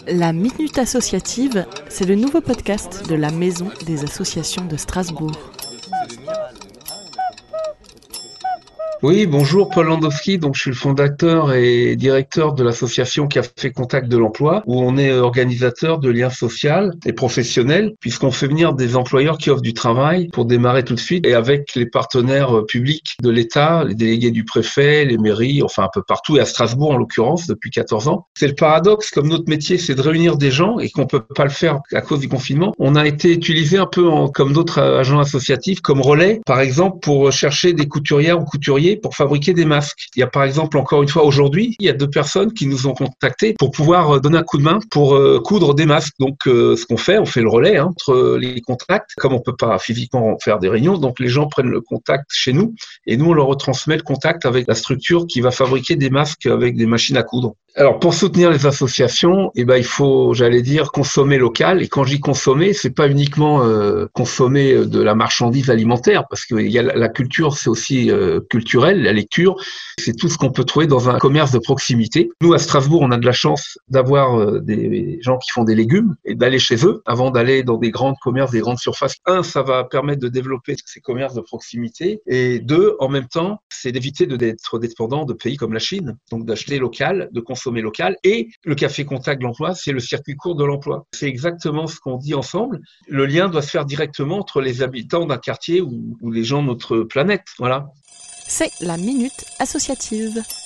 La Minute Associative, c'est le nouveau podcast de la Maison des associations de Strasbourg. Oui, bonjour, Paul Landowski. Donc, je suis le fondateur et directeur de l'association Café Contact de l'Emploi, où on est organisateur de liens sociaux et professionnels, puisqu'on fait venir des employeurs qui offrent du travail pour démarrer tout de suite, et avec les partenaires publics de l'État, les délégués du préfet, les mairies, enfin un peu partout, et à Strasbourg en l'occurrence, depuis 14 ans. C'est le paradoxe, comme notre métier, c'est de réunir des gens et qu'on peut pas le faire à cause du confinement. On a été utilisé un peu comme d'autres agents associatifs, comme relais, par exemple, pour chercher des couturières ou couturiers pour fabriquer des masques. Il y a par exemple, encore une fois, aujourd'hui, il y a 2 personnes qui nous ont contactés pour pouvoir donner un coup de main pour coudre des masques. Donc, ce qu'on fait, on fait le relais entre les contacts. Comme on peut pas physiquement faire des réunions, donc les gens prennent le contact chez nous et nous, on leur retransmet le contact avec la structure qui va fabriquer des masques avec des machines à coudre. Alors, pour soutenir les associations, il faut, j'allais dire, consommer local. Et quand je dis consommer, c'est pas uniquement consommer de la marchandise alimentaire, parce que il y a la culture, c'est aussi culturel, la lecture, c'est tout ce qu'on peut trouver dans un commerce de proximité. Nous, à Strasbourg, on a de la chance d'avoir des gens qui font des légumes et d'aller chez eux avant d'aller dans des grands commerces, des grandes surfaces. Un, ça va permettre de développer ces commerces de proximité. Et deux, en même temps, c'est d'éviter d'être dépendant de pays comme la Chine. Donc, d'acheter local, de consommer local. Et le Café Contact de l'Emploi, c'est le circuit court de l'emploi. C'est exactement ce qu'on dit ensemble. Le lien doit se faire directement entre les habitants d'un quartier ou les gens de notre planète. Voilà. C'est la Minute Associative.